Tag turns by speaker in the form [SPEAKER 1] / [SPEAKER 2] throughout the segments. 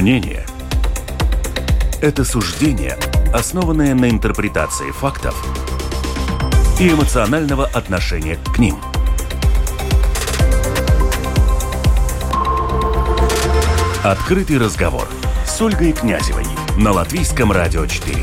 [SPEAKER 1] Мнение – это суждение, основанное на интерпретации фактов и эмоционального отношения к ним. Открытый разговор с Ольгой Князевой на Латвийском радио 4.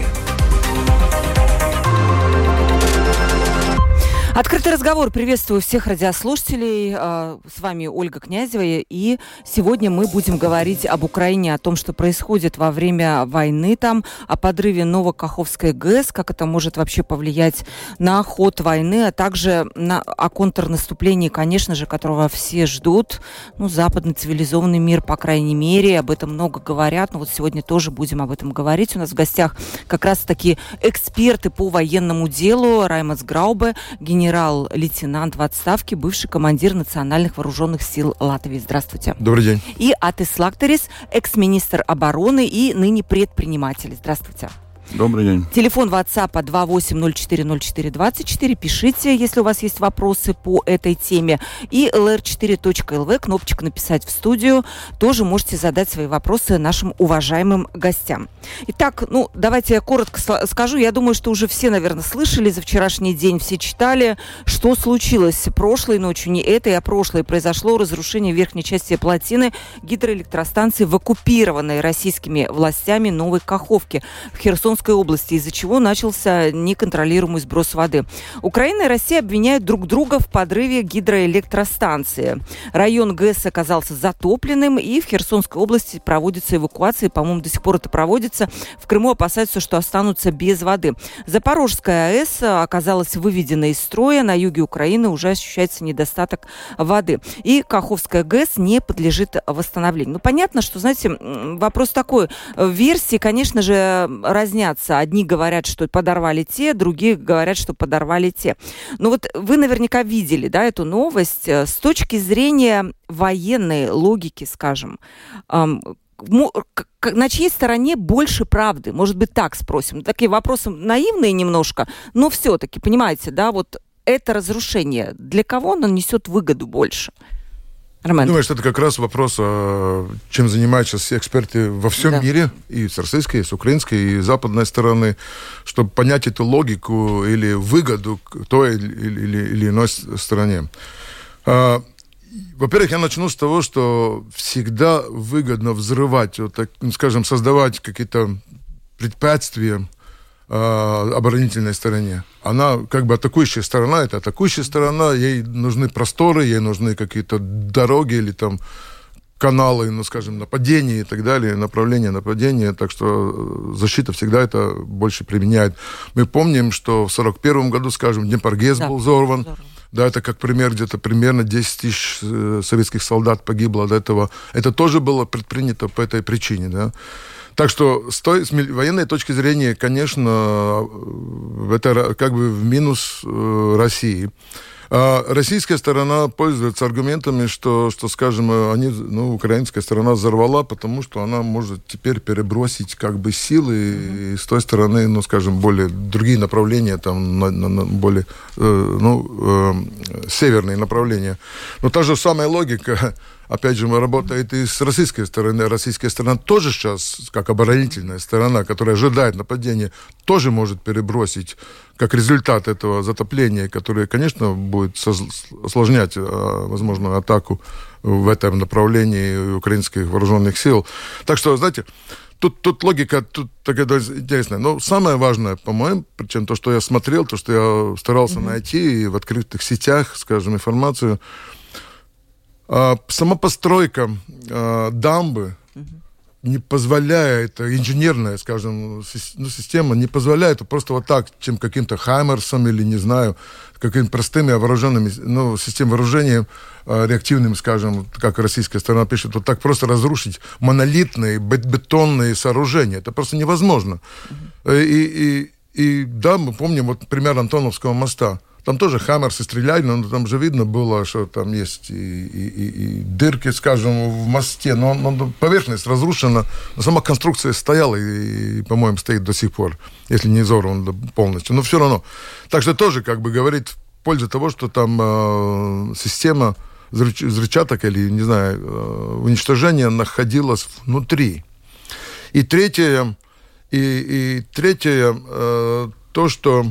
[SPEAKER 2] Открытый разговор. Приветствую всех радиослушателей. С вами Ольга Князева. И сегодня мы будем говорить об Украине, о том, что происходит во время войны там, о подрыве Новокаховской ГЭС, как это может вообще повлиять на ход войны, а также о контрнаступлении, конечно же, которого все ждут. Западный цивилизованный мир, по крайней мере, об этом много говорят. Но вот сегодня тоже будем об этом говорить. У нас в гостях как раз-таки эксперты по военному делу Раймас Граубе, генерал-лейтенант в отставке, бывший командир Национальных вооруженных сил Латвии. Здравствуйте.
[SPEAKER 3] Добрый день.
[SPEAKER 2] И Атис Лактерис, экс-министр обороны и ныне предприниматель. Здравствуйте.
[SPEAKER 3] Добрый день.
[SPEAKER 2] Телефон WhatsApp 28040424. Пишите, если у вас есть вопросы по этой теме. И lr4.lv, кнопочка «Написать в студию». Тоже можете задать свои вопросы нашим уважаемым гостям. Итак, давайте я коротко скажу. Я думаю, что уже все, наверное, слышали за вчерашний день, все читали, что случилось прошлой ночью, не этой, а прошлой. Произошло разрушение верхней части плотины гидроэлектростанции в оккупированной российскими властями Новой Каховке в Херсонской области, из-за чего начался неконтролируемый сброс воды. Украина и Россия обвиняют друг друга в подрыве гидроэлектростанции. Район ГЭС оказался затопленным, и в Херсонской области проводится эвакуация, по-моему, до сих пор это проводится. В Крыму опасаются, что останутся без воды. Запорожская АЭС оказалась выведена из строя, на юге Украины уже ощущается недостаток воды. И Каховская ГЭС не подлежит восстановлению. Понятно, что, знаете, вопрос такой. Версии, конечно же, разнятся. Одни говорят, что подорвали те, другие говорят, что подорвали те. Но вот вы наверняка видели, эту новость. С точки зрения военной логики, скажем, на чьей стороне больше правды? Может быть, так спросим. Такие вопросы наивные немножко, но все-таки, понимаете, это разрушение, для кого оно несет выгоду больше? Армен.
[SPEAKER 3] Думаю, что это как раз вопрос, чем занимаются все эксперты во всем мире, и с российской, и с украинской, и с западной стороны, чтобы понять эту логику или выгоду к той или иной стороне. Во-первых, я начну с того, что всегда выгодно взрывать, создавать какие-то препятствия оборонительной стороне. Она атакующая сторона, это атакующая сторона, ей нужны просторы, ей нужны какие-то дороги или каналы, нападения и так далее, направления нападения, так что защита всегда это больше применяет. Мы помним, что в 1941 году, Днепр-ГЭС был взорван. Да, это как пример, где-то примерно 10 тысяч советских солдат погибло от этого. Это тоже было предпринято по этой причине, да. Так что с военной точки зрения, конечно, это в минус России. А российская сторона пользуется аргументами, что украинская сторона взорвала, потому что она может теперь перебросить силы и с той стороны, более другие направления, более северные направления. Но та же самая логика, опять же, работает и с российской стороны. Российская сторона тоже сейчас, как оборонительная сторона, которая ожидает нападения, тоже может перебросить, как результат этого затопления, которое, конечно, будет осложнять возможную атаку в этом направлении украинских вооруженных сил. Так что, знаете, тут логика такая интересная. Но самое важное, по-моему, причем то, что я смотрел, то, что я старался найти и в открытых сетях, информацию, сама постройка дамбы не позволяет, инженерная, система не позволяет просто чем каким-то Хаймерсом или, не знаю, какими-то простыми вооруженными, системами вооружения реактивным, как российская сторона пишет, так просто разрушить монолитные бетонные сооружения. Это просто невозможно. И мы помним пример Антоновского моста. Там тоже хаммерсы стреляли, но там же видно было, что там есть и дырки, в мосте, но поверхность разрушена, но сама конструкция стояла и, по-моему, стоит до сих пор, если не взорвана полностью, но все равно. Так что тоже говорит в пользу того, что там система взрывчаток или, не знаю, уничтожения находилась внутри. И третье, то, что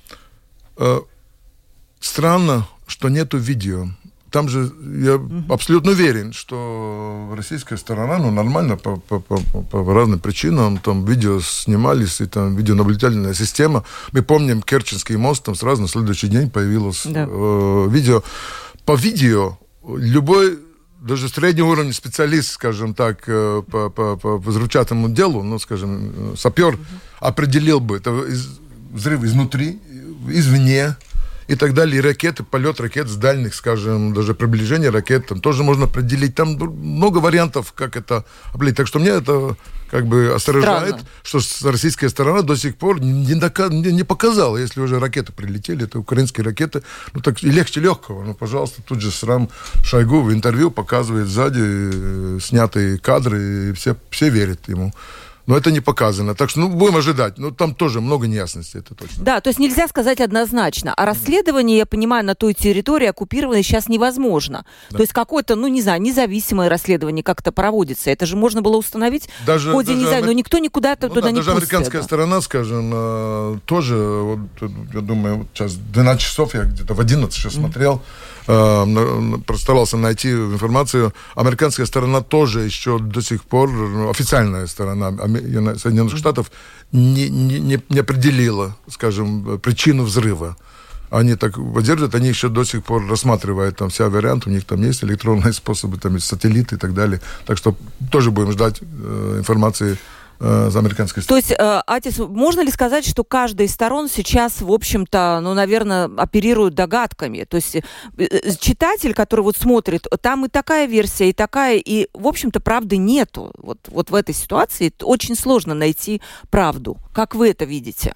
[SPEAKER 3] странно, что нету видео. Там же я абсолютно уверен, что российская сторона, нормально по разным причинам, там видео снимались, и там видеонаблюдательная система. Мы помним Керченский мост, там сразу на следующий день появилось видео. По видео любой, даже среднего уровня специалист, скажем так, по взрывчатому делу, скажем, сапер, определил бы, это взрыв изнутри, извне, и так далее, и ракеты, полет ракет с дальних, скажем, даже приближение ракет, там тоже можно определить. Там много вариантов, как это определить. Так что мне это как бы осторожает, что российская сторона до сих пор не показала, если уже ракеты прилетели, это украинские ракеты, так и легче легкого. Пожалуйста, тут же сам Шойгу в интервью показывает сзади снятые кадры, и все верят ему. Но это не показано. Так что, будем ожидать. Но там тоже много неясностей, это точно.
[SPEAKER 2] Да, то есть нельзя сказать однозначно. А расследование, я понимаю, на той территории оккупированной сейчас невозможно. Да. То есть какое-то, независимое расследование как-то проводится. Это же можно было установить в ходе но никто никуда туда не пустит.
[SPEAKER 3] Даже американская сторона, скажем, тоже, я думаю, сейчас 12 часов, я где-то в 11 сейчас смотрел, постарался найти информацию. Американская сторона тоже еще до сих пор, официальная сторона Соединенных Штатов, не определила, скажем, причину взрыва. Они так поддерживают, они еще до сих пор рассматривают там все варианты, у них там есть электронные способы, там есть сателлиты и так далее. Так что тоже будем ждать информации с американской стороны.
[SPEAKER 2] То есть, Атис, можно ли сказать, что каждая из сторон сейчас, в общем-то, наверное, оперирует догадками? То есть читатель, который смотрит, там и такая версия, и такая, и, в общем-то, правды нету. Вот в этой ситуации очень сложно найти правду. Как вы это видите?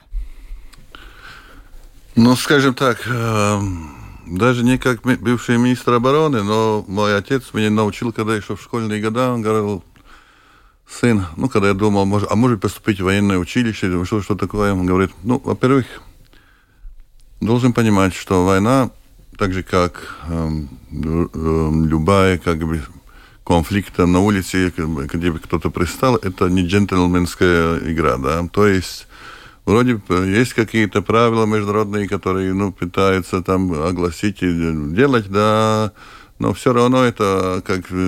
[SPEAKER 4] Скажем так, даже не как бывший министр обороны, но мой отец меня научил, когда еще в школьные годы, он говорил: сын, когда я думал, может поступить в военное училище, что такое, он говорит, во-первых, должен понимать, что война, так же как любая конфликт на улице, где бы кто-то пристал, это не джентльменская игра, да, то есть вроде есть какие-то правила международные, которые, пытаются там огласить и делать, да, но все равно это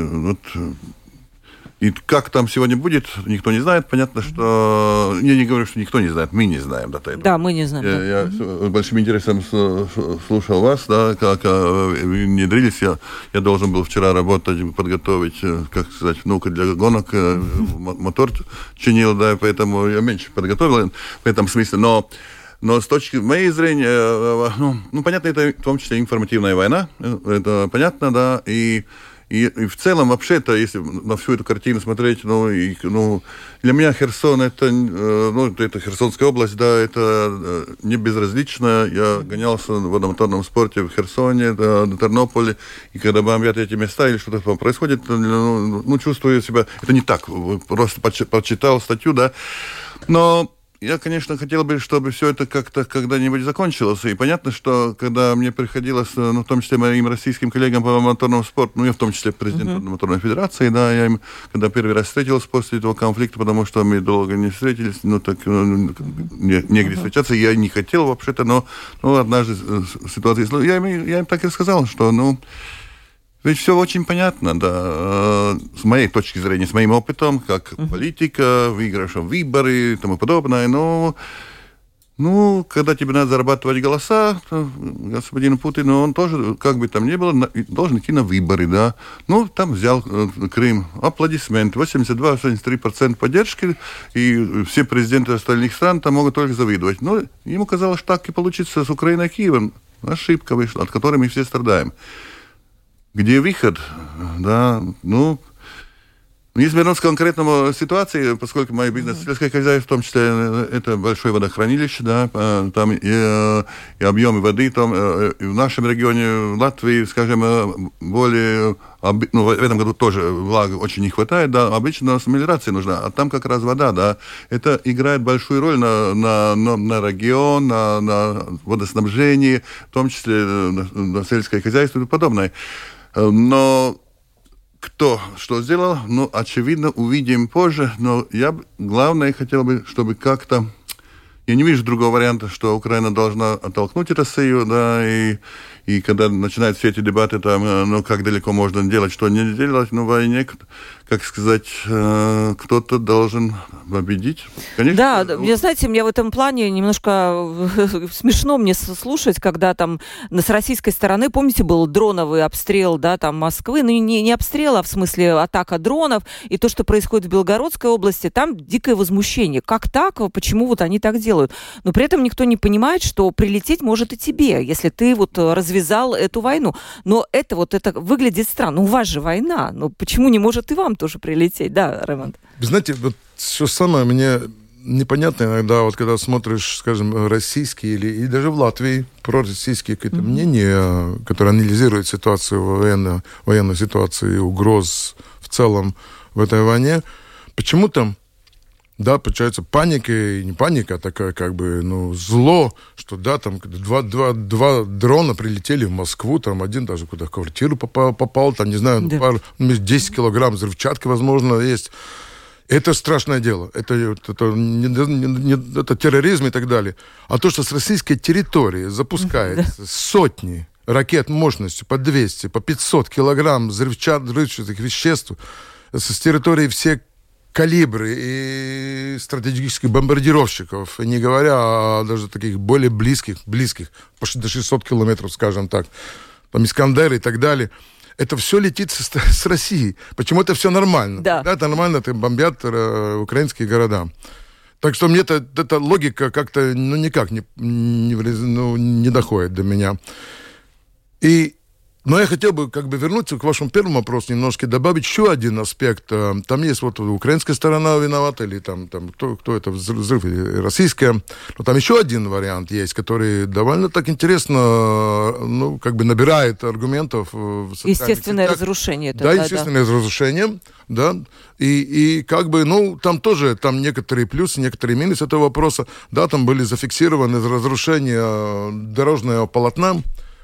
[SPEAKER 4] и как там сегодня будет, никто не знает. Понятно, что... Я не говорю, что никто не знает, мы не знаем.
[SPEAKER 2] Да, мы не знаем.
[SPEAKER 4] Я с большим интересом слушал вас, да, как вы внедрились. Я должен был вчера работать, подготовить, как сказать, для гонок, мотор чинил, да, поэтому я меньше подготовил в этом смысле. Но с точки моей зрения, понятно, это в том числе информативная война, это понятно, да, и в целом, вообще-то, если на всю эту картину смотреть, для меня Херсон, это Херсонская область, да, это не безразлично. Я гонялся в водомоторном спорте в Херсоне, на Тернополе, и когда бомбят эти места или что-то происходит, чувствую себя... Это не так, просто почитал статью, да, но... Я, конечно, хотел бы, чтобы все это как-то когда-нибудь закончилось. И понятно, что когда мне приходилось, в том числе моим российским коллегам по моторному спорту, я в том числе президент моторной федерации, да, я им, когда первый раз встретился после этого конфликта, потому что мы долго не встретились, негде встречаться, я не хотел вообще-то, но однажды ситуация... Я им так и сказал, что, ведь все очень понятно, да, с моей точки зрения, с моим опытом, как политика, выигрыша выборы и тому подобное, когда тебе надо зарабатывать голоса, то господин Путин, он тоже, как бы там ни было, должен идти на выборы, да. Там взял Крым, аплодисменты, 82-83% поддержки, и все президенты остальных стран там могут только завидовать. Но ему казалось, что так и получится с Украиной и Киевом. Ошибка вышла, от которой мы все страдаем. Где выход? Да, если вернуться к конкретному ситуации, поскольку мой бизнес сельское хозяйство, в том числе это большое водохранилище, да, там и объемы воды, там и в нашем регионе, в Латвии, скажем, более, в этом году тоже влаги очень не хватает, да, обычно у нас мелиорация нужна, а там как раз вода, да, это играет большую роль на регион, на водоснабжение, в том числе на сельское хозяйство и подобное. Но кто что сделал, ну, очевидно, увидим позже. Но главное, хотел бы, чтобы как-то... Я не вижу другого варианта, что Украина должна оттолкнуть Россию, да, и когда начинают все эти дебаты, там, ну, как далеко можно делать, что не делать, но в войне, как сказать, кто-то должен победить. Конечно.
[SPEAKER 2] Да, знаете, мне в этом плане немножко смешно мне слушать, когда там с российской стороны, помните, был дроновый обстрел, да, там Москвы, ну, не обстрел, а в смысле атака дронов, и то, что происходит в Белгородской области, там дикое возмущение. Как так? Почему вот они так делают? Но при этом никто не понимает, что прилететь может и тебе, если ты вот развязал эту войну. Но это выглядит странно. У вас же война, но почему не может и вам тоже прилететь? Да, Раймонд?
[SPEAKER 3] Знаете, вот все самое мне непонятно иногда, вот когда смотришь, скажем, российские или даже в Латвии пророссийские какие-то мнения, которые анализируют ситуацию, военную ситуацию и угроз в целом в этой войне, почему-то, да, получается паника, и не паника, а такая как бы, ну, зло, что, да, там два дрона прилетели в Москву, там один даже куда в квартиру попал, там, не знаю, да. 10 килограмм взрывчатки, возможно, есть. Это страшное дело. Это терроризм и так далее. А то, что с российской территории запускается сотни ракет мощностью по 200, по 500 килограмм взрывчатых веществ с территории всех калибры и стратегических бомбардировщиков, не говоря о даже таких более близких, почти до 600 километров, скажем так, там Искандеры и так далее. Это все летит с России. Почему это все нормально? Да. Когда это нормально, это бомбят украинские города. Так что мне эта логика как-то никак не доходит до меня. Но я хотел бы вернуться к вашему первому вопросу, немножко добавить еще один аспект. Там есть вот украинская сторона виновата, или там кто это, взрыв, или российская. Но там еще один вариант есть, который довольно так интересно, набирает аргументов.
[SPEAKER 2] Естественное разрушение.
[SPEAKER 3] Да, естественное разрушение, да. И там тоже там некоторые плюсы, некоторые минусы этого вопроса. Да, там были зафиксированы разрушения дорожного полотна,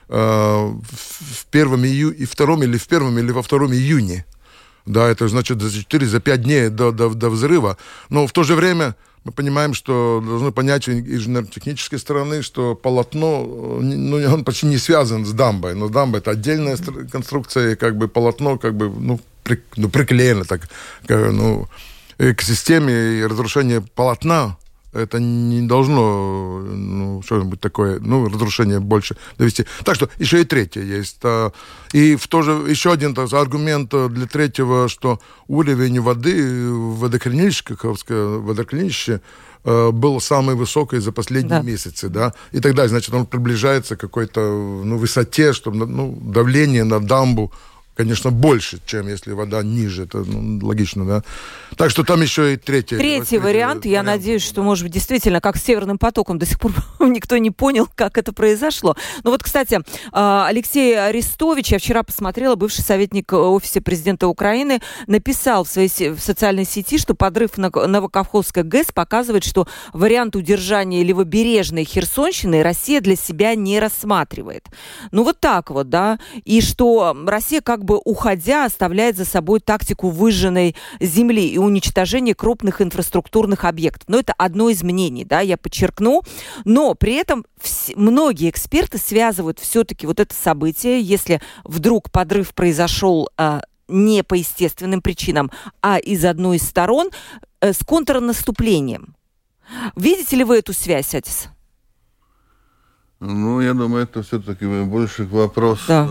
[SPEAKER 3] в 1 или во 2 июня. Да, это значит за 4-5 дней до взрыва. Но в то же время мы понимаем, что должны понять с инженерно-технической стороны, что полотно, он почти не связан с дамбой. Но дамба — это отдельная конструкция, и полотно приклеено так, к системе, и разрушение полотна это не должно что-нибудь такое, разрушение больше довести. Так что еще и третье есть. И еще один аргумент для третьего, что уровень воды в водохранилище был самый высокий за последние месяцы, да, и так далее. Значит, он приближается к какой-то высоте, что давление на дамбу, конечно, больше, чем если вода ниже. Это логично, да? Так что там еще и третий
[SPEAKER 2] вариант. Я надеюсь, что, может быть, действительно, как с Северным потоком, до сих пор никто не понял, как это произошло. Ну вот, кстати, Алексей Арестович, я вчера посмотрела, бывший советник офиса президента Украины, написал в своей социальной сети, что подрыв на Новокаховской ГЭС показывает, что вариант удержания левобережной Херсонщины Россия для себя не рассматривает. Ну вот так вот, да. И что Россия уходя, оставляет за собой тактику выжженной земли и уничтожения крупных инфраструктурных объектов. Но это одно из мнений, да, я подчеркну. Но при этом многие эксперты связывают все-таки вот это событие, если вдруг подрыв произошел не по естественным причинам, а из одной из сторон, с контрнаступлением. Видите ли вы эту связь, Атис?
[SPEAKER 4] Я думаю, это все-таки больше вопрос к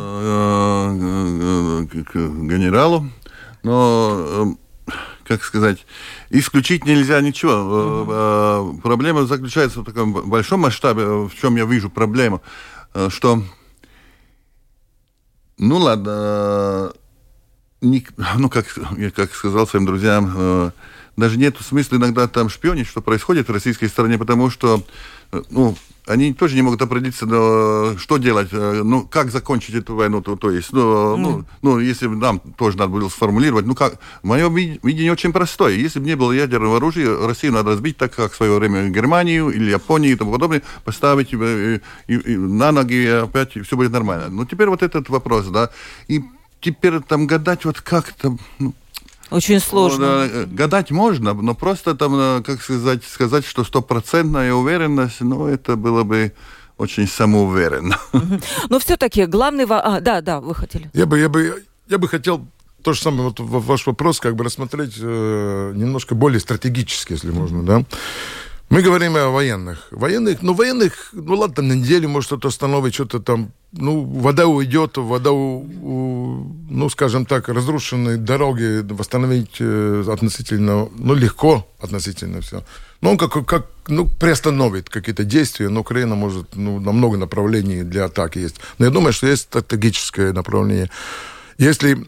[SPEAKER 4] генералу. Но, как сказать, исключить нельзя ничего. Проблема заключается в таком большом масштабе, в чем я вижу проблему, что, ладно, как сказал своим друзьям, даже нет смысла иногда там шпионить, что происходит в российской стороне, потому что, они тоже не могут определиться, что делать, как закончить эту войну, то есть, если нам тоже надо было сформулировать, мое видение очень простое. Если бы не было ядерного оружия, Россию надо разбить так, как в свое время Германию или Японию и тому подобное, поставить и на ноги, и опять все будет нормально. Но теперь вот этот вопрос, да, и теперь там гадать вот как-то...
[SPEAKER 2] Очень сложно.
[SPEAKER 4] Гадать можно, но просто там, как сказать, что 100% уверенность, это было бы очень самоуверенно.
[SPEAKER 2] Но все-таки главный... Да, вы хотели.
[SPEAKER 3] Я бы хотел то же самое, вот ваш вопрос, как бы рассмотреть немножко более стратегически, если можно, да. Мы говорим о военных. Военных, ладно, там на неделю, может, что-то остановить, что-то там, вода уйдет, скажем так, разрушенные дороги восстановить относительно, легко относительно все. Но он приостановит какие-то действия, но Украина может, на много направлений для атаки есть. Но я думаю, что есть стратегическое направление. Если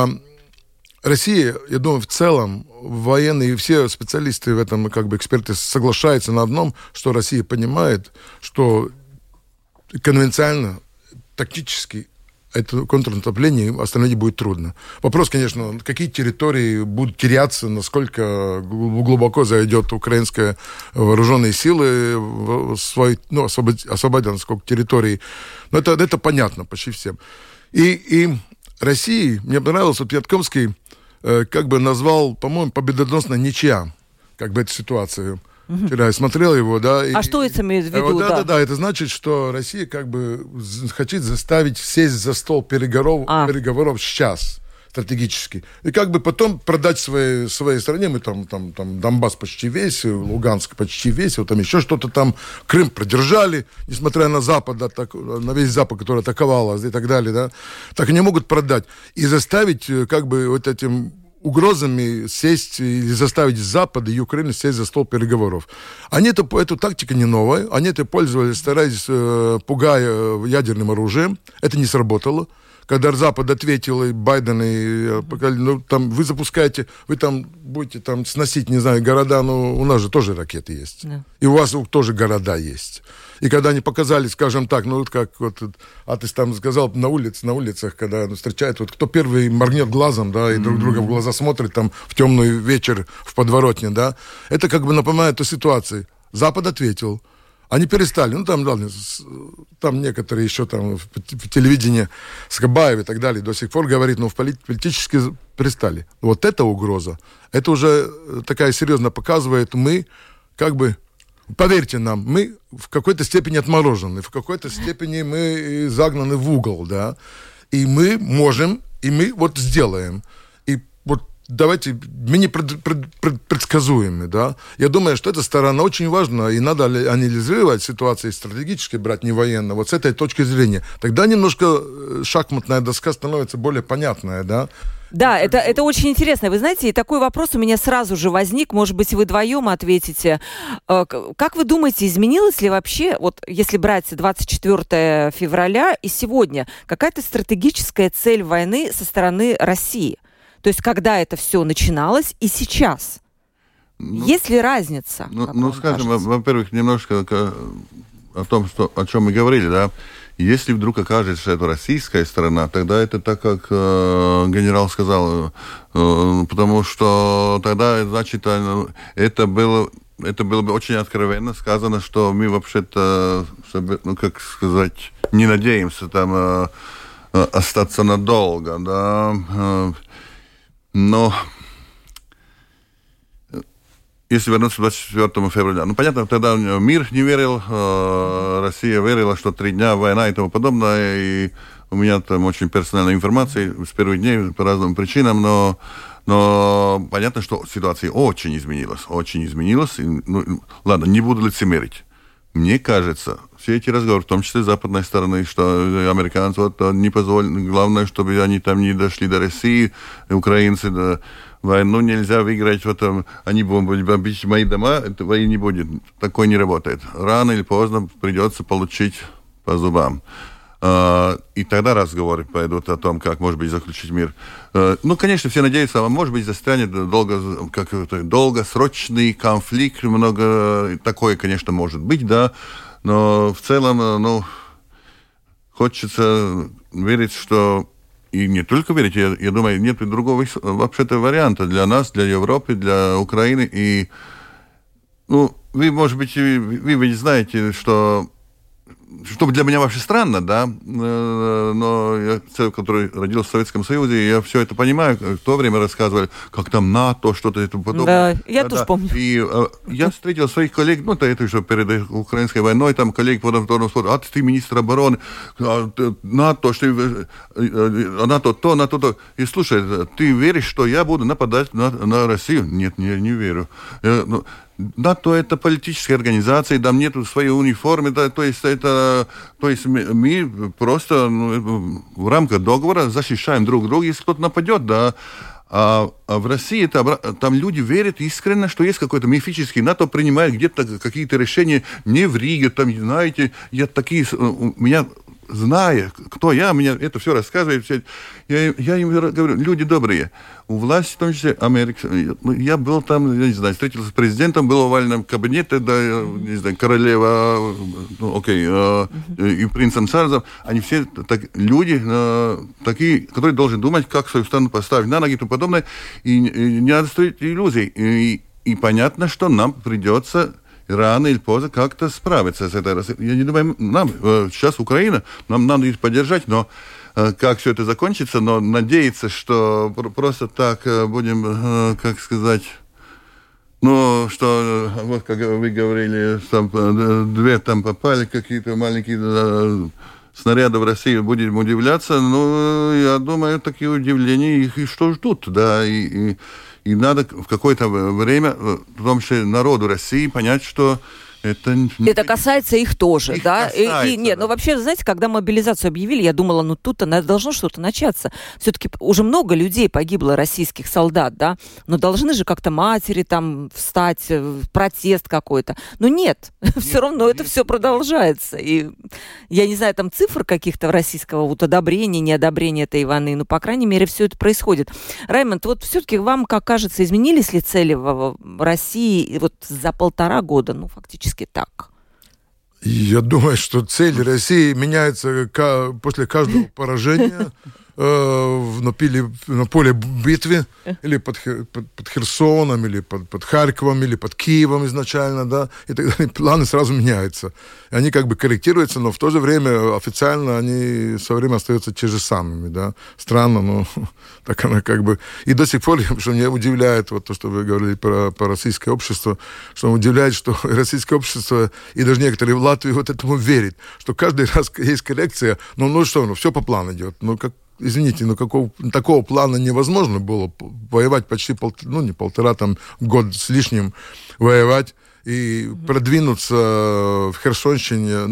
[SPEAKER 3] Россия, я думаю, в целом, военные и все специалисты в этом, эксперты, соглашаются на одном, что Россия понимает, что конвенционально, тактически это контрнаступление остановить будет трудно. Вопрос, конечно, какие территории будут теряться, насколько глубоко зайдет украинские вооруженные силы, освободят насколько территорий. Но это понятно почти всем. И России, мне понравилось, Пьяткомский назвал, по-моему, победоносная ничья, эту ситуацию. Вчера я смотрел его, да.
[SPEAKER 2] Что это имеет в виду?
[SPEAKER 3] Да, это значит, что Россия хочет заставить сесть за стол переговоров сейчас, стратегически. И потом продать своей стране, мы там Донбасс почти весь, Луганск почти весь, вот там еще что-то там, Крым продержали, несмотря на Запад, на весь Запад, который атаковал и так далее, да. Так они могут продать. И заставить, вот этим угрозами сесть или заставить Запад и Украину сесть за стол переговоров. Эту тактика не новая, они это пользовались, стараясь, пугая ядерным оружием. Это не сработало. Когда Запад ответил, и Байден, вы запускаете, вы там будете сносить, не знаю, города, у нас же тоже ракеты есть. Да. И у вас тоже города есть. И когда они показали, скажем так, Атис там сказал, на улицах, когда встречают, кто первый моргнет глазом, да, и друг друга в глаза смотрит, там, в темный вечер в подворотне, да, это напоминает о ситуации. Запад ответил. Они перестали, там некоторые еще там в телевидении Скабаев и так далее до сих пор говорит, политически перестали. Вот эта угроза, это уже такая серьезно показывает, мы поверьте нам, мы в какой-то степени отморожены, в какой-то степени мы загнаны в угол, да, и мы можем, и мы сделаем. И давайте, мы не предсказуемы, да. Я думаю, что эта сторона очень важна, и надо анализировать ситуацию стратегически, брать не военно, с этой точки зрения. Тогда немножко шахматная доска становится более понятная, да.
[SPEAKER 2] Да, это очень интересно. Вы знаете, и такой вопрос у меня сразу же возник, может быть, вы вдвоем ответите. Как вы думаете, изменилось ли вообще, если брать 24 февраля и сегодня, какая-то стратегическая цель войны со стороны России? То есть, когда это все начиналось и сейчас? Есть ли разница?
[SPEAKER 4] Скажем, во-первых, немножко о том, о чем мы говорили, да. Если вдруг окажется, что это российская сторона, тогда это так, как генерал сказал, потому что тогда, значит, это было бы очень откровенно сказано, что мы вообще-то, не надеемся там остаться надолго, да. Но если вернуться к 24 февраля, понятно, тогда мир не верил, Россия верила, что 3 дня война и тому подобное, и у меня там очень персональная информация с первых дней по разным причинам, но понятно, что ситуация очень изменилась, и, ладно, не буду лицемерить. Мне кажется, все эти разговоры, в том числе с западной стороны, что американцы не позволят, главное, чтобы они там не дошли до России, украинцы, войну нельзя выиграть, они будут бомбить мои дома, это войны не будет. Такое не работает. Рано или поздно придется получить по зубам. И тогда разговоры пойдут о том, как, может быть, заключить мир. Конечно, все надеются, может быть, застрянет долгосрочный конфликт, такое, конечно, может быть, да, но в целом, хочется верить, что и не только верить, я думаю, нет другого вообще-то варианта для нас, для Европы, для Украины. И, вы, может быть, вы знаете, что что для меня вообще странно, да, но я человек, который родился в Советском Союзе, я все это понимаю. В то время рассказывали, как там НАТО, что-то это подобное.
[SPEAKER 2] Да, я тоже помню.
[SPEAKER 4] И я встретил своих коллег, ну, это еще перед украинской войной, там коллег по второму спорту, ты министр обороны, НАТО, НАТО то, НАТО то. И слушай, ты веришь, что я буду нападать на Россию? Нет, я не верю. НАТО это политическая организация, там нету своей униформы, да, то есть мы просто в рамках договора защищаем друг друга, если кто-то нападет, да. А в России там люди верят искренне, что есть какой-то мифический НАТО, принимает где-то какие-то решения не в Риге, там, знаете, меня зная, кто я, мне это все рассказывает. Я им говорю, люди добрые, у власти, в том числе Америка, я был там, я не знаю, встретился с президентом, был в овальном кабинете, да, не знаю, королева, и принцем Чарльзом, они все люди такие, которые должны думать, как свою страну поставить на ноги и тому подобное, и не надо строить иллюзий. И понятно, что нам придется рано или поздно как-то справиться с этой Россией. Я не думаю, нам сейчас Украина, нам надо их поддержать, но как все это закончится, но надеяться, что просто так будем, как сказать, ну, что, вот как вы говорили, там 2 там попали, какие-то маленькие снаряды в России, будем удивляться, но я думаю, такие удивления их и что ждут, да, и надо в какое-то время, в том числе народу России, понять, что это
[SPEAKER 2] касается их тоже,
[SPEAKER 4] их
[SPEAKER 2] да?
[SPEAKER 4] Касается,
[SPEAKER 2] Нет, ну вообще, знаете, когда мобилизацию объявили, я думала, ну тут-то должно что-то начаться. Все-таки уже много людей погибло, российских солдат, да? Но должны же как-то матери там встать, протест какой-то. Но нет, все равно это все продолжается. И я не знаю, там цифр каких-то российского вот одобрения, неодобрения этой войны, но, по крайней мере, все это происходит. Раймонд, вот все-таки вам, как кажется, изменились ли цели в России вот за 1,5 года, ну, фактически так?
[SPEAKER 3] Я думаю, что цель России меняется после каждого поражения на поле битвы, или под Херсоном, или под Харьковом, или под Киевом изначально, да, и тогда планы сразу меняются. И они как бы корректируются, но в то же время официально они все время остаются те же самыми, да. Странно, но так она как бы... И до сих пор, что меня удивляет, вот то, что вы говорили про российское общество, что удивляет, что российское общество, и даже некоторые в Латвии вот этому верят, что каждый раз есть коррекция, все по плану идет, извините, такого плана невозможно было воевать почти год с лишним воевать и продвинуться в Херсонщине,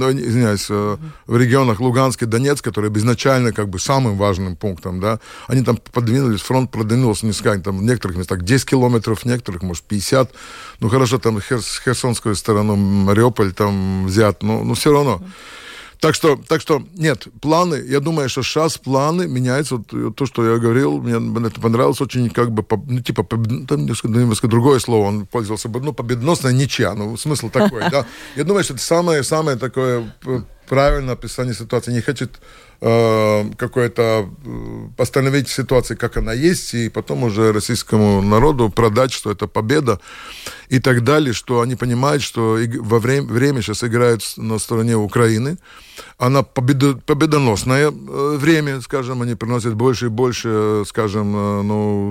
[SPEAKER 3] в регионах Луганска и Донецка, которые изначально как бы самым важным пунктом, да, они там подвинулись, фронт продвинулся, в некоторых местах 10 километров, в некоторых, может, 50, хорошо, там с херсонской стороны Мариуполь там взят, но все равно. Так что, нет, планы, я думаю, что сейчас планы меняются. Вот то, что я говорил, мне это понравилось очень, как бы, там немножко другое слово, он пользовался, победоносная ничья, смысл такой, да. Я думаю, что это самое такое правильное описание ситуации. Не хочет какое-то постановить ситуацию, как она есть, и потом уже российскому народу продать, что это победа и так далее, что они понимают, что во время сейчас играют на стороне Украины. Она победоносное время, скажем, они приносят больше и больше, скажем,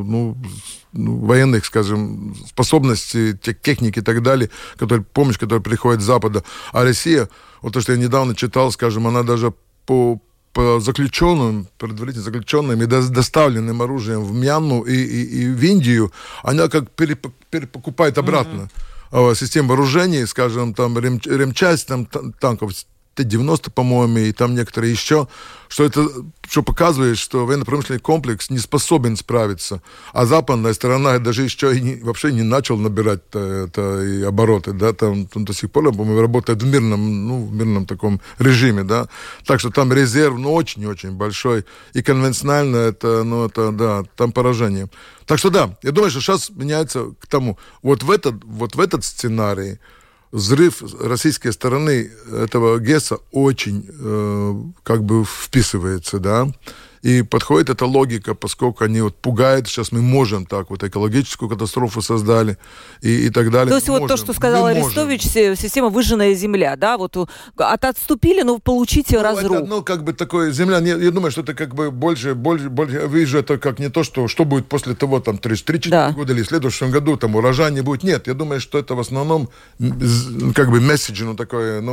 [SPEAKER 3] военных, скажем, способностей, техники и так далее, помощь, которая приходит с Запада. А Россия, вот то, что я недавно читал, скажем, она даже по заключенным, предварительно заключенным и доставленным оружием в Мьянму и в Индию, она как перепокупает обратно систему вооружений, скажем, там ремчасть, там танков Т-90, по-моему, и там некоторые еще, что показывает, что военно-промышленный комплекс не способен справиться. А западная сторона даже еще вообще не начал набирать и обороты, да, там до сих пор, по-моему, работает в мирном таком режиме, да. Так что там резерв, очень-очень большой. И конвенционально это там поражение. Так что да, я думаю, что сейчас меняется к тому. Вот в этот сценарий взрыв российской стороны этого ГЭСа очень как бы вписывается, да. И подходит эта логика, поскольку они вот пугают, сейчас мы можем так, вот экологическую катастрофу создали и так далее.
[SPEAKER 2] То есть вот то, что сказал Арестович, система выжженная земля, да, вот отступили, но получите разрух.
[SPEAKER 3] Это, как бы такое, земля, я думаю, что это как бы больше, я вижу это как не то, что будет после того, там, 3-4 года или в следующем году, там, урожая не будет. Нет, я думаю, что это в основном, как бы, месседж, такое,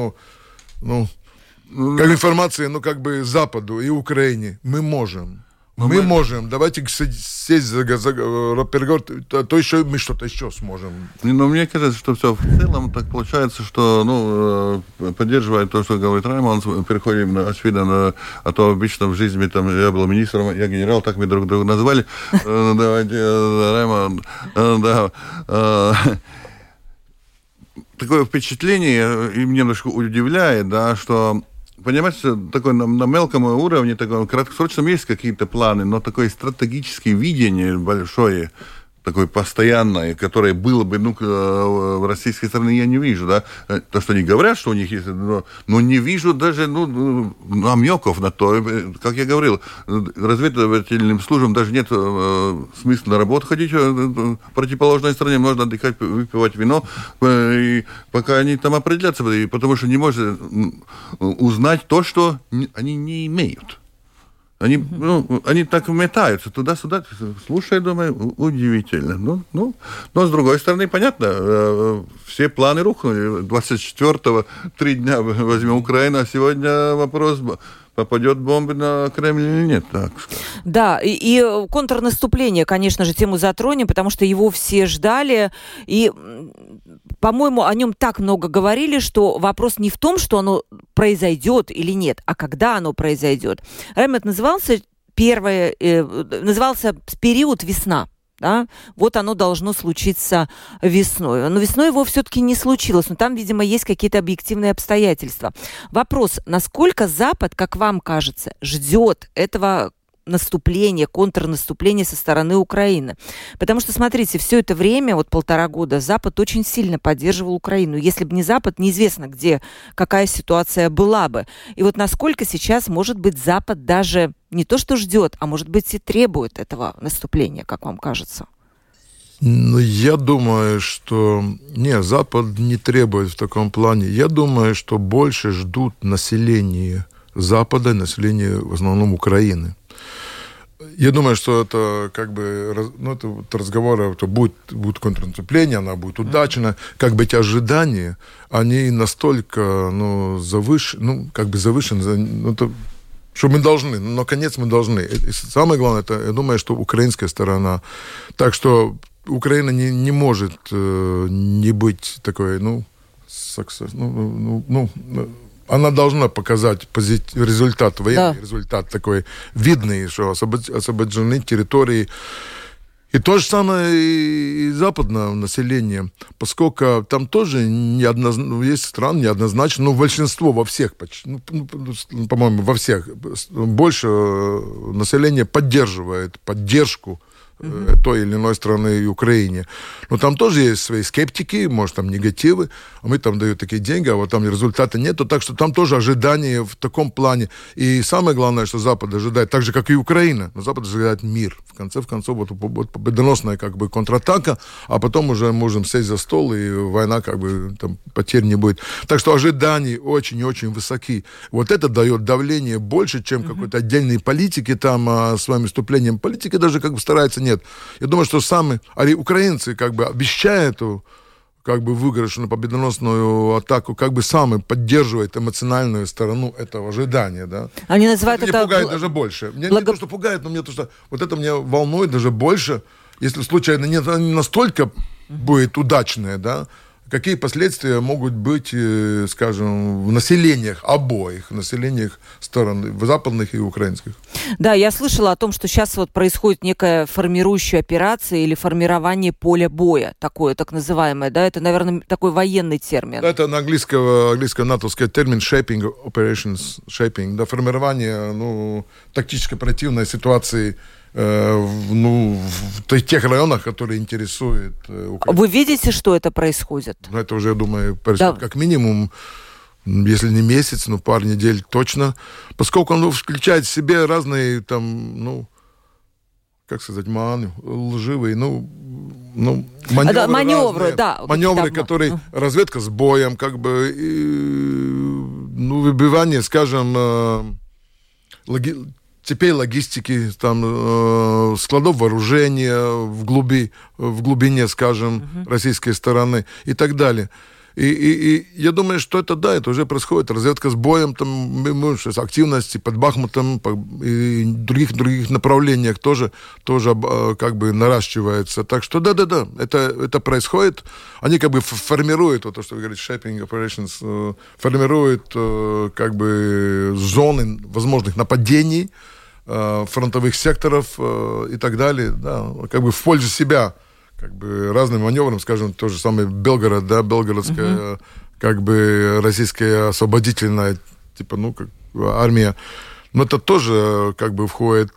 [SPEAKER 3] как информация, как бы Западу и Украине. Мы можем. Мы можем. Давайте сесть за переговоры, то еще мы что-то еще сможем.
[SPEAKER 4] Но мне кажется, что все в целом так получается, что, поддерживая то, что говорит Раймонд, переходим, очевидно, а то обычно в жизни, там, я был министром, я генерал, так мы друг друга назвали. Давайте, Раймонд, да. Такое впечатление, и меня немножко удивляет, да, что, понимаете, такой на мелком уровне, таком краткосрочном есть какие-то планы, но такое стратегическое видение большое, такое постоянное, которое было бы, в российской стороне, я не вижу, да. То, что они говорят, что у них есть, но не вижу даже, намеков на то. Как я говорил, разведывательным службам даже нет смысла на работу ходить в противоположной стороне, можно отдыхать, выпивать вино, и пока они там определятся, потому что не можно узнать то, что они не имеют. Они так метаются туда-сюда, слушай, думаю, удивительно. Но с другой стороны, понятно, все планы рухнули. 24-го 3 дня возьмем Украину, а сегодня вопрос, попадет бомба на Кремль или нет, так скажем.
[SPEAKER 2] Да, и контрнаступление, конечно же, тему затронем, потому что его все ждали, и, по-моему, о нем так много говорили, что вопрос не в том, что оно произойдет или нет, а когда оно произойдет. Раймонд, назывался период весна. Да? Вот оно должно случиться весной. Но весной его все-таки не случилось. Но там, видимо, есть какие-то объективные обстоятельства. Вопрос, насколько Запад, как вам кажется, ждет этого наступления, контрнаступления со стороны Украины? Потому что, смотрите, все это время, 1,5 года, Запад очень сильно поддерживал Украину. Если бы не Запад, неизвестно, какая ситуация была бы. И насколько сейчас, может быть, Запад даже не то что ждет, а может быть и требует этого наступления, как вам кажется?
[SPEAKER 3] Я думаю, что Запад не требует в таком плане. Я думаю, что больше ждут население Запада, население в основном Украины. Я думаю, что это это разговор, что будет контрнаступление, она будет удачна. Эти ожидания, они настолько завышены, что мы должны, наконец мы должны. И самое главное, это, я думаю, что украинская сторона. Так что Украина не может не быть такой, она должна показать результат, военный результат такой видный, что освобождены территории. И то же самое и западное население, поскольку там тоже есть страны неоднозначно, большинство во всех, по-моему, во всех, больше население поддерживает поддержку той или иной страны и Украине. Но там тоже есть свои скептики, может, там негативы, а мы там даем такие деньги, а там результата нету, так что там тоже ожидания в таком плане. И самое главное, что Запад ожидает, так же, как и Украина, но Запад ожидает мир. В конце концов, победоносная контратака, а потом уже можем сесть за стол, и война там потерь не будет. Так что ожидания очень и очень высоки. Это дает давление больше, чем какой-то отдельной политики, там, своим выступлением политики даже стараются. Нет. Я думаю, что украинцы обещают эту выигрышную победоносную атаку, сами поддерживают эмоциональную сторону этого ожидания, да.
[SPEAKER 2] Они называют это...
[SPEAKER 3] Меня пугает даже больше. Меня не то, что пугает, но мне то, что это меня волнует даже больше, если случайно не настолько будет удачное, да. Какие последствия могут быть, скажем, в населениях обоих, населениях сторон, западных и украинских?
[SPEAKER 2] Да, я слышала о том, что сейчас происходит некая формирующая операция или формирование поля боя, такое так называемое, да, это, наверное, такой военный термин.
[SPEAKER 3] Да, это на английско-натовский термин shaping, operations shaping, да, формирование, тактической оперативной ситуации в тех районах, которые интересуют Украину.
[SPEAKER 2] Вы видите, что это происходит?
[SPEAKER 3] Это уже, я думаю, происходит как минимум если не месяц, но пару недель точно, поскольку он включает в себе разные там, как сказать, лживые, маневры,
[SPEAKER 2] да,
[SPEAKER 3] маневры, которые разведка с боем, как бы, выбивание, скажем, цепей логистики, там, складов вооружения в глубине, скажем, российской стороны и так далее. И я думаю, что это уже происходит. Разведка с боем, там, активности под Бахмутом и других направлениях тоже как бы наращивается. Так что да, это происходит. Они как бы формируют, то, что вы говорите, shaping operations, формируют как бы зоны возможных нападений, фронтовых секторов и так далее, да, как бы в пользу себя. Как бы разным маневром, скажем, то же самое Белгород, да, белгородская, как бы российская освободительная, как армия. Но это тоже как бы входит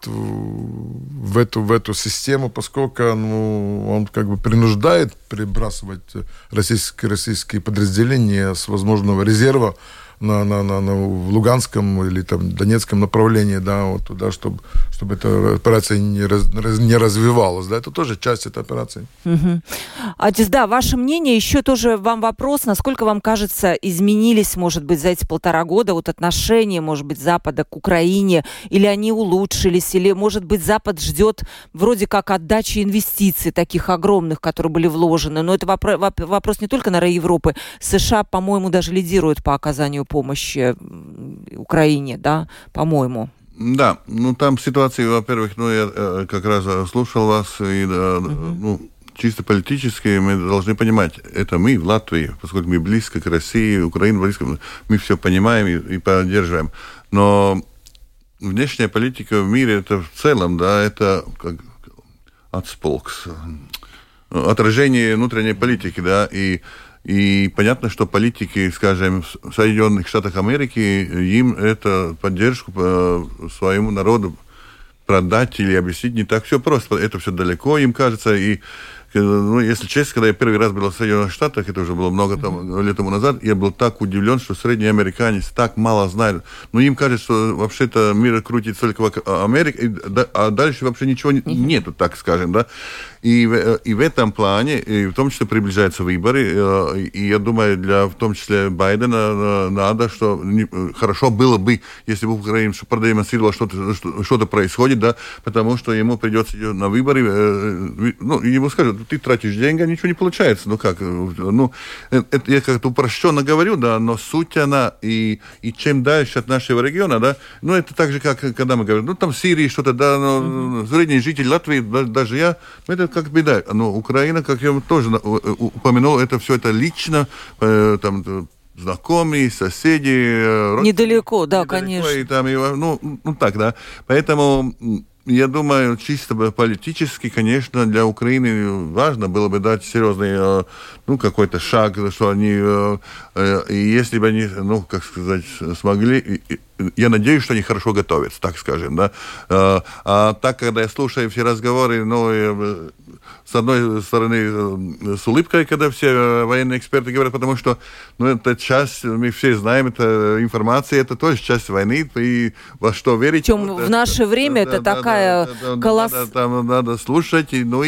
[SPEAKER 3] в эту систему, поскольку он как бы принуждает перебрасывать российские подразделения с возможного резерва в Луганском или там Донецком направлении, да, вот туда, чтобы эта операция не развивалась, да, это тоже часть этой операции.
[SPEAKER 2] Адис, да, ваше мнение, еще тоже вам вопрос, насколько вам кажется, изменились, может быть, за эти 1,5 года вот отношения, может быть, Запада к Украине, или они улучшились, или, может быть, Запад ждет вроде как отдачи инвестиций таких огромных, которые были вложены, но это вопрос не только, наверное, Европы, США, по-моему, даже лидирует по оказанию помощи Украине, да, по-моему.
[SPEAKER 4] Да, там ситуация, во-первых, я как раз слушал вас, и чисто политически мы должны понимать, это мы в Латвии, поскольку мы близко к России, Украина близко, мы все понимаем и поддерживаем. Но внешняя политика в мире, это в целом, да, это как отсполкс, отражение внутренней политики, да, и понятно, что политики, скажем, в Соединенных Штатах Америки, им это поддержку своему народу продать или объяснить не так все просто. Это все далеко, им кажется. И, если честно, когда я первый раз был в Соединенных Штатах, это уже было много лет тому назад, я был так удивлен, что средний американец так мало знает. Но им кажется, что вообще-то мир крутится только в Америке, а дальше вообще ничего нету, так скажем, да. И в этом плане, и в том числе приближаются выборы, и я думаю, в том числе Байдена надо, что хорошо было бы, если бы Украина продемонстрировала, что-то происходит, да, потому что ему придется идти на выборы, ему скажут, ты тратишь деньги, а ничего не получается. Это я как-то упрощенно говорю, да, но суть она, и чем дальше от нашего региона, да, это так же, как когда мы говорим, там в Сирии что-то, да, средний житель Латвии, даже я, это как беда. Но Украина, как я тоже упомянул, это все это лично, там, знакомые, соседи.
[SPEAKER 2] Недалеко, да, конечно.
[SPEAKER 4] И там, так, да. Поэтому я думаю, чисто политически, конечно, для Украины важно было бы дать серьезный, какой-то шаг, что они, если бы они, смогли, я надеюсь, что они хорошо готовятся, так скажем, да. А так, когда я слушаю все разговоры, с одной стороны, с улыбкой, когда все военные эксперты говорят, потому что, это часть, мы все знаем, это информация, это тоже часть войны, и во что верить.
[SPEAKER 2] Причем в наше время это такая колоссальная...
[SPEAKER 4] Там надо слушать,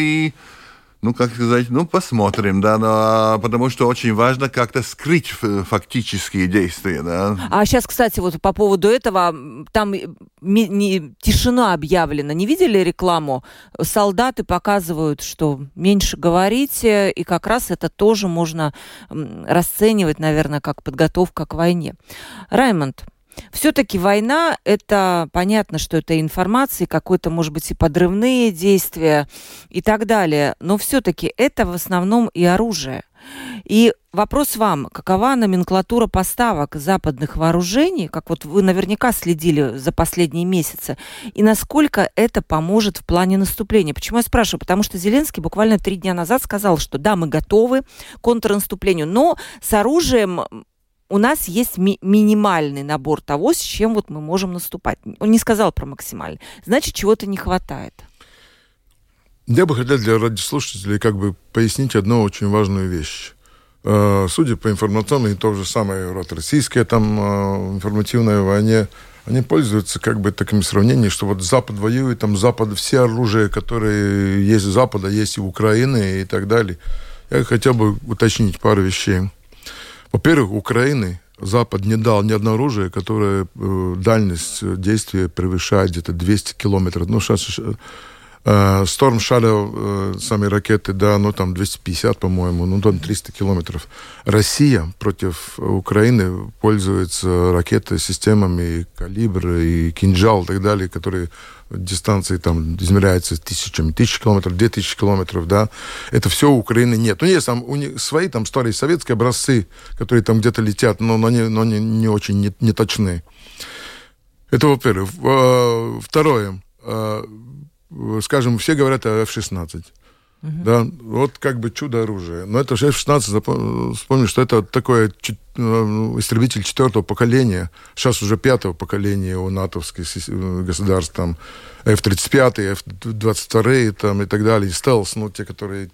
[SPEAKER 4] посмотрим, да, потому что очень важно как-то скрыть фактические действия, да.
[SPEAKER 2] А сейчас, кстати, вот по поводу этого, там тишина объявлена. Не видели рекламу? Солдаты показывают, что меньше говорите, и как раз это тоже можно расценивать, наверное, как подготовка к войне. Раймонд, все-таки война, это понятно, что это информация, какое-то, может быть, и подрывные действия и так далее, но все-таки это в основном и оружие. И вопрос вам, какова номенклатура поставок западных вооружений, как вот вы наверняка следили за последние месяцы, и насколько это поможет в плане наступления? Почему я спрашиваю? Потому что Зеленский буквально 3 дня назад сказал, что да, мы готовы к контрнаступлению, но с оружием... У нас есть минимальный набор того, с чем вот мы можем наступать. Он не сказал про максимальный. Значит, чего-то не хватает.
[SPEAKER 3] Я бы хотел для радиослушателей как бы пояснить одну очень важную вещь. судя по информационной, и то же самое вот российское там информативное войне, они пользуются как бы таким сравнением, что вот Запад воюет, там Запад, все оружие, которое есть у Запада, есть и у Украины и так далее. Я хотел бы уточнить пару вещей. Во-первых, Украины Запад не дал ни одно оружие, которое дальность действия превышает где-то 200 километров. Ну, сейчас Storm Shadow, сами ракеты, да, ну, там 250, по-моему, ну, там 300 километров. Россия против Украины пользуется ракетой, системами «Калибр» и «Кинжал» и так далее, которые дистанции там измеряются тысячами, 1000 километров, 2000 километров, да. Это все у Украины нет. Ну, есть там у них свои там старые советские образцы, которые там где-то летят, но они не очень не точны. Это, во-первых. Второе. Скажем, все говорят о F-16. Да, вот как бы чудо-оружие. Но это же F-16, вспомню, что это такой истребитель 4-го поколения, сейчас уже 5-го поколения у натовских государств, там F-35, F-22 там, и так далее, и стелс, ну, те, которые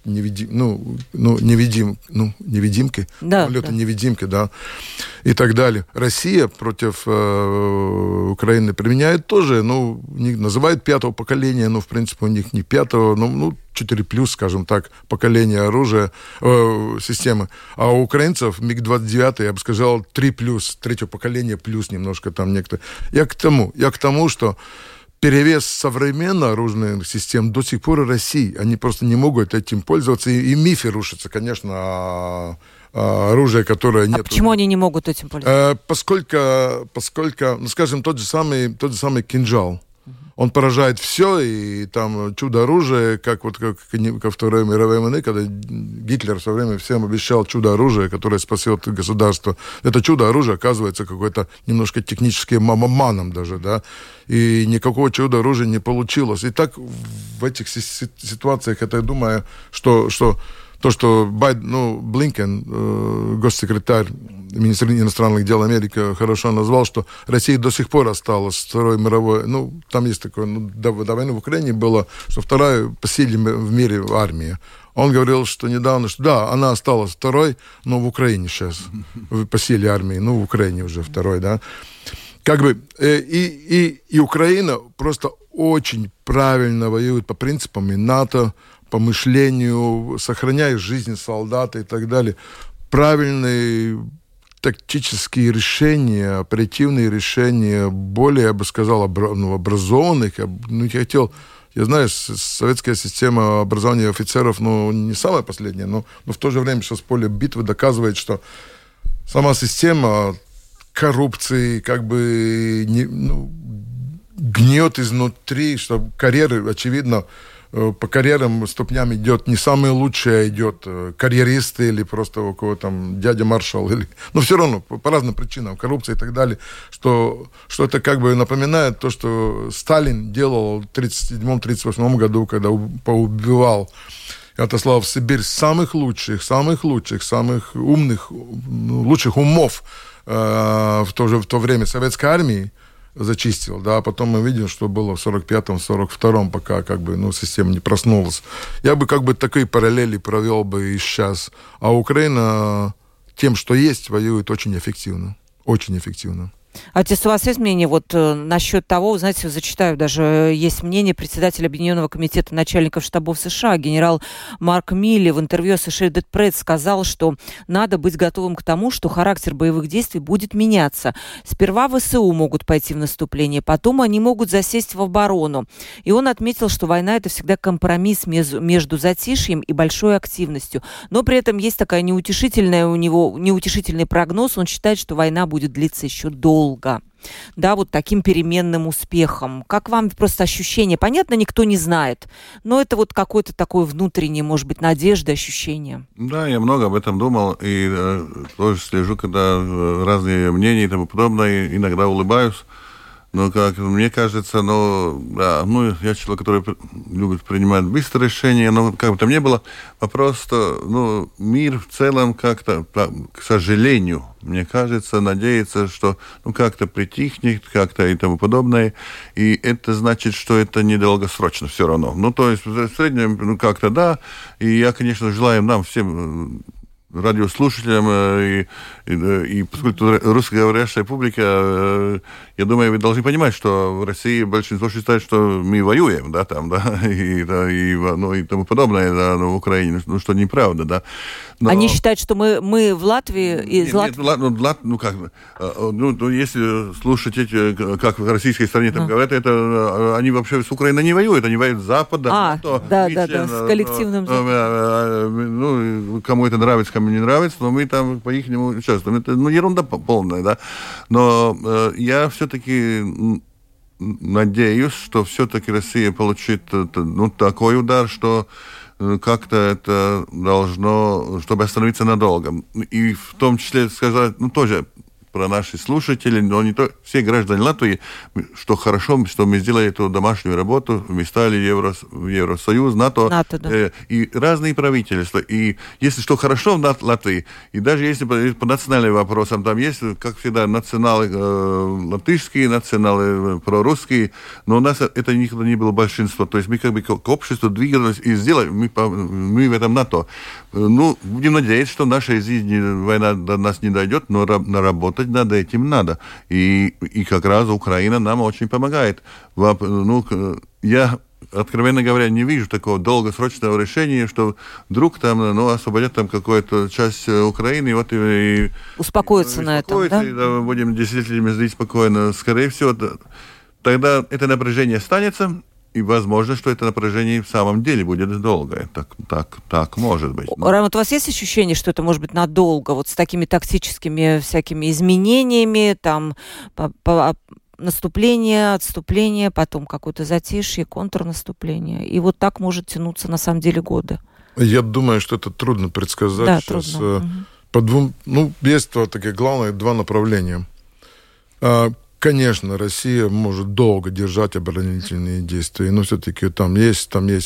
[SPEAKER 3] невидимки,
[SPEAKER 2] да,
[SPEAKER 3] полеты невидимки, да, и так далее. Россия против Украины применяет тоже, ну, называют 5-го поколения, но, в принципе, у них не 5-го, ну 4+, скажем так, поколение оружия, системы. А у украинцев МиГ-29, я бы сказал, 3+, 3-го поколения плюс немножко там некоторые. Я к тому, что перевес современных оружейных систем до сих пор в России. Они просто не могут этим пользоваться. И мифы рушатся, конечно, оружие, которое нет.
[SPEAKER 2] А почему они не могут этим пользоваться?
[SPEAKER 3] Поскольку, ну, скажем, тот же самый кинжал. Он поражает все, и там чудо-оружие, как во Второй мировой войны, когда Гитлер в свое время всем обещал чудо-оружие, которое спасет государство. Это чудо-оружие оказывается какой-то немножко техническим обманом даже, да, и никакого чудо-оружия не получилось. И так в этих ситуациях, это я думаю, что Блинкен, госсекретарь, министр иностранных дел Америки, хорошо назвал, что Россия до сих пор осталась Второй мировой... Ну, там есть такое... до войны в Украине было, что вторая по силе в мире армия. Он говорил, что недавно, что да, она осталась второй, но в Украине сейчас по силе армии. Ну, в Украине уже второй, да. Как бы... И Украина просто очень правильно воюет по принципам и НАТО, по мышлению, сохраняя жизнь солдата и так далее. Правильные тактические решения, оперативные решения, более, я бы сказал, образованных. Я знаю, советская система образования офицеров, не самая последняя, но в то же время сейчас поле битвы доказывает, что сама система коррупции как бы гнет изнутри, что карьеры, очевидно, по карьерам ступням идет не самое лучшее, идет карьеристы или просто у кого там дядя маршал, но все равно по разным причинам, коррупция и так далее, что это как бы напоминает то, что Сталин делал в 1937-1938 году, когда поубивал и отослал в Сибирь самых лучших, самых умных, лучших умов в то время советской армии, зачистил, да, а потом мы видим, что было в 45-м, 42-м, пока как бы, система не проснулась. Я бы как бы такие параллели провел бы и сейчас. А Украина тем, что есть, воюет очень эффективно. Очень эффективно.
[SPEAKER 2] Отец, у вас есть мнение насчет того, знаете, зачитаю, даже есть мнение председателя Объединенного комитета начальников штабов США, генерал Марк Милли в интервью Associated Press сказал, что надо быть готовым к тому, что характер боевых действий будет меняться. Сперва ВСУ могут пойти в наступление, потом они могут засесть в оборону. И он отметил, что война – это всегда компромисс между затишьем и большой активностью. Но при этом есть такая неутешительный прогноз. Он считает, что война будет длиться еще долго. Да, вот таким переменным успехом. Как вам просто ощущение? Понятно, никто не знает, но это вот какое-то такое внутреннее, может быть, надежда, ощущение. Да,
[SPEAKER 4] я много об этом думал, и тоже слежу, когда разные мнения и тому подобное, иногда улыбаюсь. Но, как мне кажется, я человек, который любит принимать быстрые решения, но как бы там ни было, вопрос, что, мир в целом как-то, к сожалению, мне кажется, надеется, что, как-то притихнет, как-то и тому подобное, и это значит, что это недолгосрочно все равно. То есть, в среднем, как-то да, и я, конечно, желаю нам всем радиослушателям, и поскольку русскоговорящая публика, я думаю, вы должны понимать, что в России большинство считает, что мы воюем, да, там, да, и тому подобное, да, в Украине, ну, что неправда, да. Но...
[SPEAKER 2] Они считают, что мы в Латвии...
[SPEAKER 4] если слушать, как в российской стране там говорят, это они вообще с Украиной не воюют, они воюют с Западом.
[SPEAKER 2] Да, с коллективным Западом.
[SPEAKER 4] Ну, кому это нравится, кому не нравится, но мы там по-ихнему участвуем. Это, ерунда полная, да. Но я все-таки надеюсь, что все-таки Россия получит, такой удар, что как-то это должно, чтобы остановиться надолго. И в том числе сказать, тоже про наши слушатели, но не то, все граждане Латвии, что хорошо, что мы сделали эту домашнюю работу, мы стали в Евросоюз, НАТО да. И разные правительства. И если что хорошо в Латвии, и даже если по национальным вопросам, там есть, как всегда, националы латышские, националы прорусские, но у нас это никогда не было большинство. То есть мы как бы к обществу двигались и сделали, мы в этом НАТО. Будем надеяться, что в нашей жизни война до нас не дойдет, но работать над этим надо. И как раз Украина нам очень помогает. Я, откровенно говоря, не вижу такого долгосрочного решения, что вдруг там, освободят там какую-то часть Украины, и
[SPEAKER 2] успокоиться на этом, да?
[SPEAKER 4] И, будем десятилетиями жить спокойно. Скорее всего, тогда это напряжение останется, и возможно, что это напряжение в самом деле будет долгое. Так может быть.
[SPEAKER 2] Роман, у вас есть ощущение, что это может быть надолго? Вот с такими тактическими всякими изменениями, там наступление, отступление, потом какое-то затишье, контрнаступление. И вот так может тянуться на самом деле годы.
[SPEAKER 3] Я думаю, что это трудно предсказать.
[SPEAKER 2] Да,
[SPEAKER 3] сейчас.
[SPEAKER 2] Трудно.
[SPEAKER 3] Есть такие главные два направления. Конечно, Россия может долго держать оборонительные действия, но все-таки там есть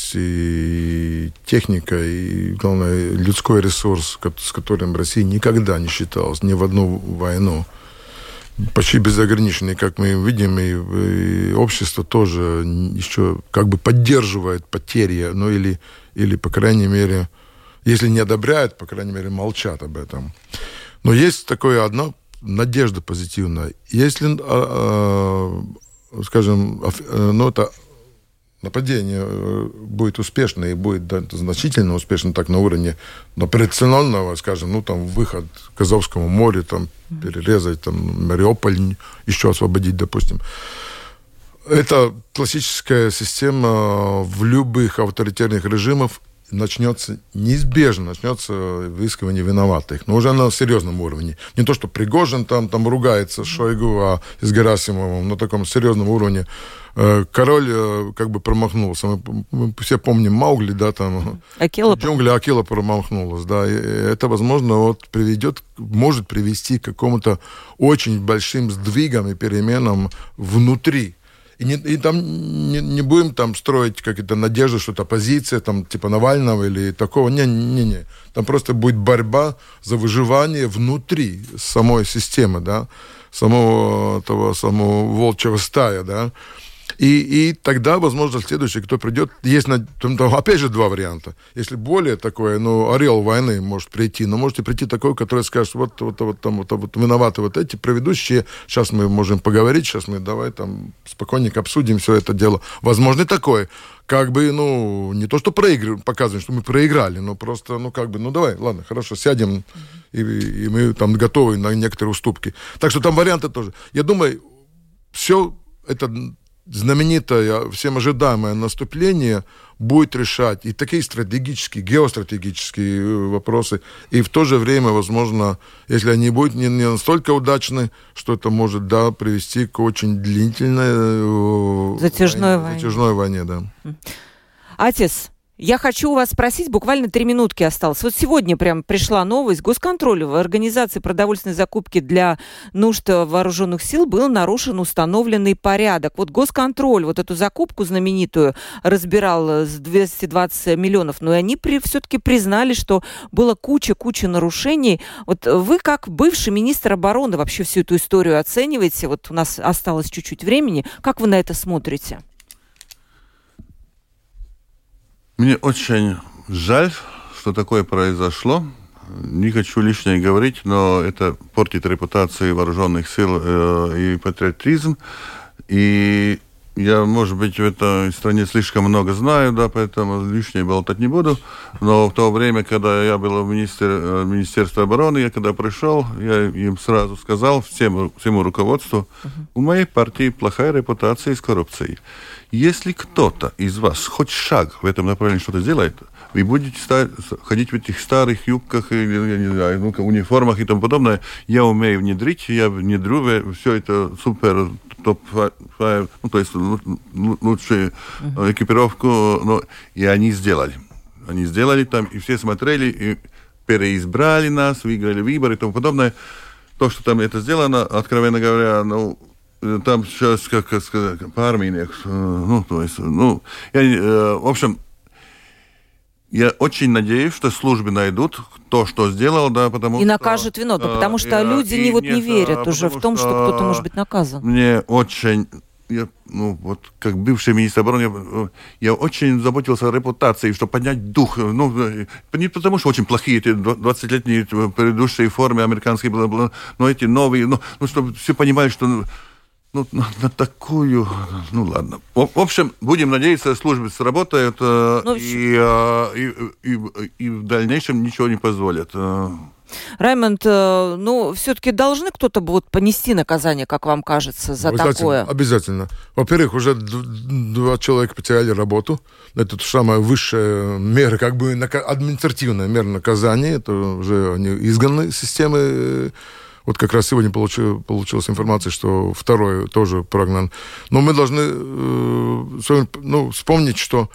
[SPEAKER 3] и техника, и, главное, людской ресурс, с которым Россия никогда не считалась ни в одну войну. Почти безограниченный, как мы видим, и общество тоже еще как бы поддерживает потери, или, по крайней мере, если не одобряет, по крайней мере, молчат об этом. Но есть такое одно надежда позитивная. Если, скажем, это нападение будет успешно и будет значительно успешно так на уровне операционного, скажем, выход к Азовскому морю, перерезать Мариуполь, еще освободить, допустим. Это классическая система в любых авторитарных режимах. Неизбежно начнется выискивание виноватых, но уже на серьезном уровне. Не то, что Пригожин там ругается с Шойгу, с Герасимовым, на таком серьезном уровне. Король как бы промахнулся. Мы все помним Маугли, да, там джунгли Акела промахнулась, да. И это, возможно, может привести к какому-то очень большим сдвигам и переменам внутри. И там не будем там строить какие-то надежды, что это оппозиция, там, типа Навального или такого. Не. Там просто будет борьба за выживание внутри самой системы, да, самого волчьего стая, да. И тогда, возможно, следующий, кто придет, есть, опять же, два варианта. Если более такой, орел войны может прийти, но можете прийти такой, который скажет, вот виноваты вот эти предыдущие, сейчас мы можем поговорить, сейчас мы давай там спокойненько обсудим все это дело. Возможно, и такое. Как бы, не то, что показываем, что мы проиграли, но просто, давай, ладно, хорошо, сядем, и мы там готовы на некоторые уступки. Так что там варианты тоже. Я думаю, все это знаменитое, всем ожидаемое наступление будет решать и такие стратегические, геостратегические вопросы, и в то же время, возможно, если они будут не настолько удачны, что это может, привести к очень длительной затяжной войне, да.
[SPEAKER 2] Отец, я хочу у вас спросить, буквально 3 минутки осталось. Вот сегодня прям пришла новость. Госконтролю в организации продовольственной закупки для нужд вооруженных сил был нарушен установленный порядок. Вот Госконтроль вот эту закупку знаменитую разбирал с 220 миллионов, но и они все-таки признали, что было куча нарушений. Вот вы, как бывший министр обороны, вообще всю эту историю оцениваете? Вот у нас осталось чуть-чуть времени. Как вы на это смотрите?
[SPEAKER 4] Мне очень жаль, что такое произошло. Не хочу лишнее говорить, но это портит репутацию вооруженных сил и патриотизм. И я, может быть, в этой стране слишком много знаю, да, поэтому лишнее болтать не буду. Но в то время, когда я был в Министерстве обороны, я когда пришел, я им сразу сказал, всему руководству, у моей партии плохая репутация с коррупцией. Если кто-то из вас хоть шаг в этом направлении что-то делает, вы будете ходить в этих старых юбках, или, я не знаю, униформах и тому подобное. Я умею внедрить, я внедрю все это супер топ-5, то есть лучшую экипировку, и они сделали. Они сделали там, и все смотрели, и переизбрали нас, выиграли выборы и тому подобное. То, что там это сделано, откровенно говоря, там сейчас, как сказать, по армии, в общем, я очень надеюсь, что службы найдут то, что сделал, да, потому
[SPEAKER 2] и накажут виновного, потому что люди не верят уже в том, что кто-то может быть наказан.
[SPEAKER 4] Мне очень, как бывший министр обороны, я очень заботился о репутации, чтобы поднять дух. Не потому, что очень плохие эти 20-летние предыдущие формы американские, но эти новые, чтобы все понимали, что на такую... ладно. В общем, будем надеяться, службы сработают, и в дальнейшем ничего не позволят.
[SPEAKER 2] Раймонд, все-таки должны кто-то будет понести наказание, как вам кажется, за такое?
[SPEAKER 3] Обязательно. Во-первых, уже 2 человека потеряли работу. Это самая высшая мера, административная мера наказания. Это уже они изгнаны из системы. Вот как раз сегодня получилась информация, что второй тоже прогнан. Но мы должны помнить, что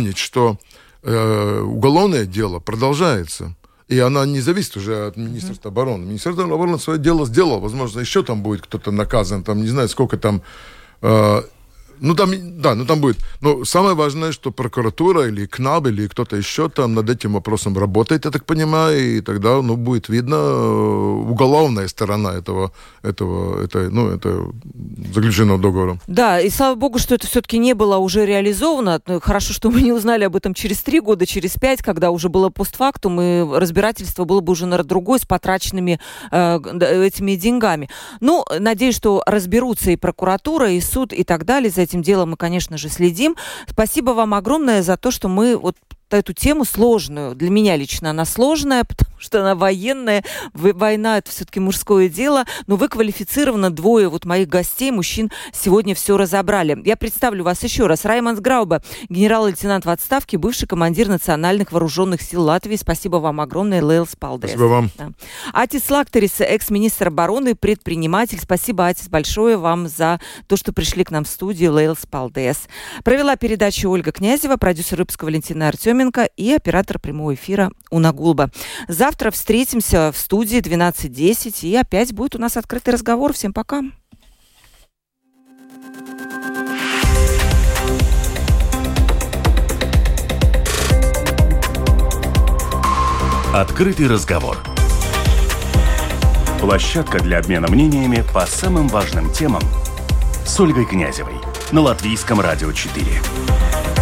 [SPEAKER 3] уголовное дело продолжается. И она не зависит уже от Министерства обороны. Министерство обороны свое дело сделало. Возможно, еще там будет кто-то наказан. Там не знаю, сколько там... там будет. Но самое важное, что прокуратура или КНАБ, или кто-то еще там над этим вопросом работает, я так понимаю, и тогда будет видно уголовная сторона этого заключенного договора. Да,
[SPEAKER 2] и слава богу, что это все-таки не было уже реализовано. Хорошо, что мы не узнали об этом через 3 года, через 5, когда уже было постфактум, и разбирательство было бы уже на другой с потраченными этими деньгами. Надеюсь, что разберутся и прокуратура, и суд, и так далее. За этим делом мы, конечно же, следим. Спасибо вам огромное за то, что мы эту тему сложную, для меня лично она сложная, потому что она военная, война — это все-таки мужское дело, но вы квалифицированно, 2 моих гостей, мужчин, сегодня все разобрали. Я представлю вас еще раз. Раймондс Граубе, генерал-лейтенант в отставке, бывший командир Национальных вооруженных сил Латвии. Спасибо вам огромное, Лейлс Палдес.
[SPEAKER 3] Спасибо вам.
[SPEAKER 2] Да. Атис Лактерис, экс-министр обороны, предприниматель. Спасибо, Атис, большое вам за то, что пришли к нам в студию, Лейлс Палдес. Провела передачу Ольга Князева, продюсер выпуска Валентина Артеменко и оператор прямого эфира Уна Гулба. Завтра встретимся в студии 12:10, и опять будет у нас открытый разговор. Всем пока.
[SPEAKER 1] Открытый разговор. Площадка для обмена мнениями по самым важным темам с Ольгой Князевой на Латвийском радио 4.